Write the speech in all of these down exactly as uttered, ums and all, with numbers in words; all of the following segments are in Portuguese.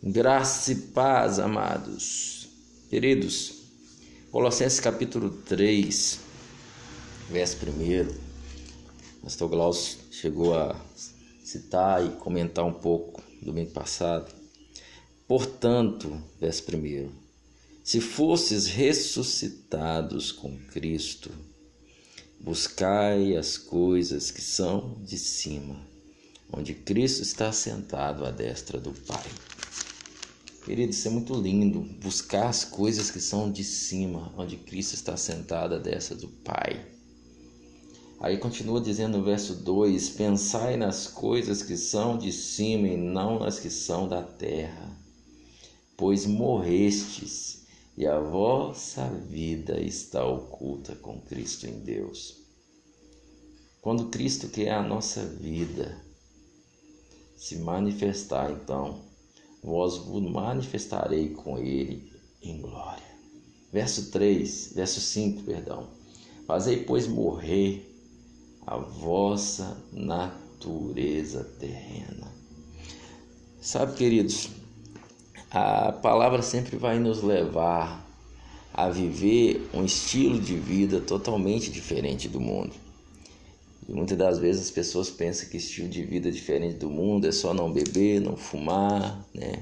Graça e paz, amados. Queridos, Colossenses capítulo três, verso primeiro. Pastor Glaucio chegou a citar e comentar um pouco domingo passado. Portanto, verso primeiro, se fosses ressuscitados com Cristo, buscai as coisas que são de cima, onde Cristo está sentado à destra do Pai. Querido, isso é muito lindo, buscar as coisas que são de cima, onde Cristo está sentado à destra do Pai. Aí continua dizendo no verso dois, pensai nas coisas que são de cima e não nas que são da terra, pois morrestes e a vossa vida está oculta com Cristo em Deus. Quando Cristo, que é a nossa vida, se manifestar, então, vós vos manifestarei com ele em glória. Verso três, verso cinco, perdão. Fazei, pois, morrer a vossa natureza terrena. Sabe, queridos, a palavra sempre vai nos levar a viver um estilo de vida totalmente diferente do mundo. E muitas das vezes as pessoas pensam que estilo de vida diferente do mundo é só não beber, não fumar, né?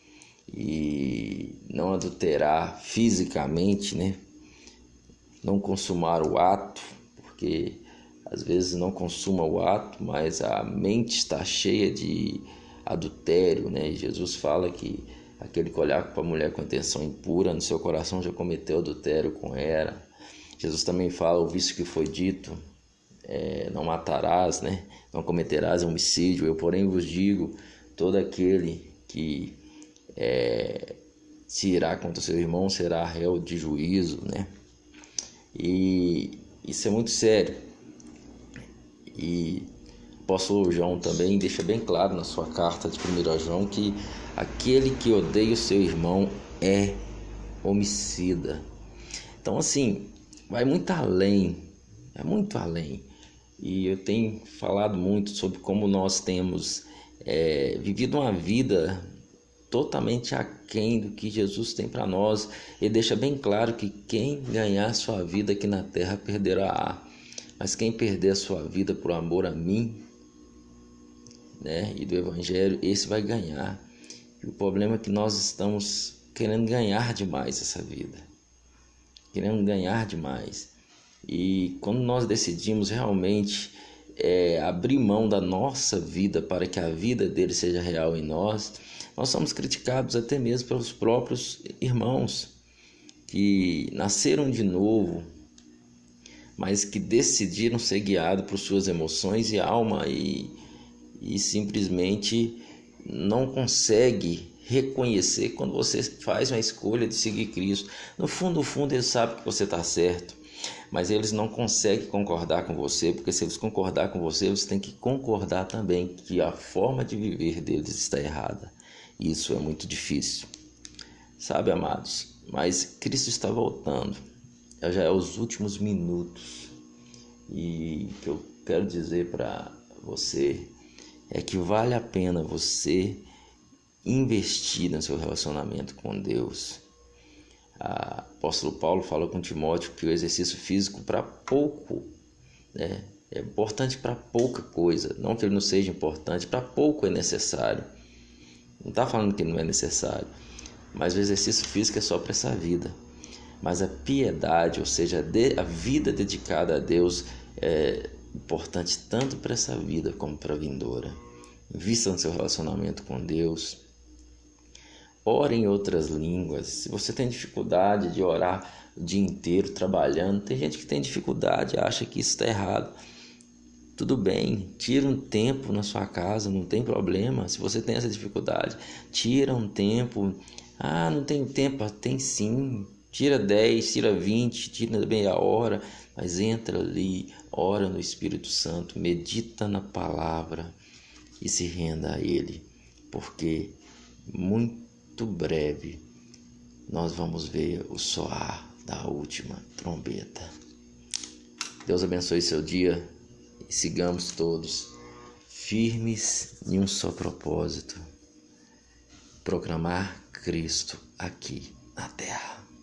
E não adulterar fisicamente, né? Não consumar o ato, porque às vezes não consuma o ato, mas a mente está cheia de adultério, né? E Jesus fala que aquele que olhar para a mulher com intenção impura, no seu coração já cometeu adultério com ela. Jesus também fala, o vício que foi dito, É, não matarás, né? Não cometerás homicídio. Eu, porém, vos digo, todo aquele que é, se irá contra seu irmão será réu de juízo, né? E isso é muito sério. E o apóstolo João também deixa bem claro na sua carta de primeiro João que aquele que odeia o seu irmão é homicida. Então, assim, vai muito além, é muito além. E eu tenho falado muito sobre como nós temos é, vivido uma vida totalmente aquém do que Jesus tem para nós. Ele deixa bem claro que quem ganhar sua vida aqui na terra perderá, mas quem perder a sua vida por amor a mim, né, e do Evangelho, esse vai ganhar. E o problema é que nós estamos querendo ganhar demais essa vida, querendo ganhar demais. E quando nós decidimos realmente é, abrir mão da nossa vida para que a vida dele seja real em nós, nós somos criticados até mesmo pelos próprios irmãos que nasceram de novo, mas que decidiram ser guiados por suas emoções e alma e, e simplesmente não consegue reconhecer quando você faz uma escolha de seguir Cristo. No fundo, no fundo, eles sabem que você está certo, mas eles não conseguem concordar com você, porque se eles concordar com você, eles têm que concordar também que a forma de viver deles está errada. Isso é muito difícil, sabe, amados? Mas Cristo está voltando, já é os últimos minutos, e o que eu quero dizer para você é que vale a pena você investir no seu relacionamento com Deus. O apóstolo Paulo falou com Timóteo que o exercício físico para pouco, né, é importante para pouca coisa, não que ele não seja importante, para pouco é necessário. Não está falando que não é necessário, mas o exercício físico é só para essa vida. Mas a piedade, ou seja, a vida dedicada a Deus é importante tanto para essa vida como para a vindoura. Invista no seu relacionamento com Deus. Ore em outras línguas. Se você tem dificuldade de orar o dia inteiro trabalhando, tem gente que tem dificuldade, acha que isso está errado. Tudo bem, tira um tempo na sua casa, não tem problema. Se você tem essa dificuldade, tira um tempo. Ah, não tenho tempo. Tem sim. Tira dez, tira vinte, tira meia hora, mas entra ali, ora no Espírito Santo, medita na palavra e se renda a Ele, porque muito breve nós vamos ver o soar da última trombeta. Deus abençoe seu dia e sigamos todos firmes em um só propósito: proclamar Cristo aqui na terra.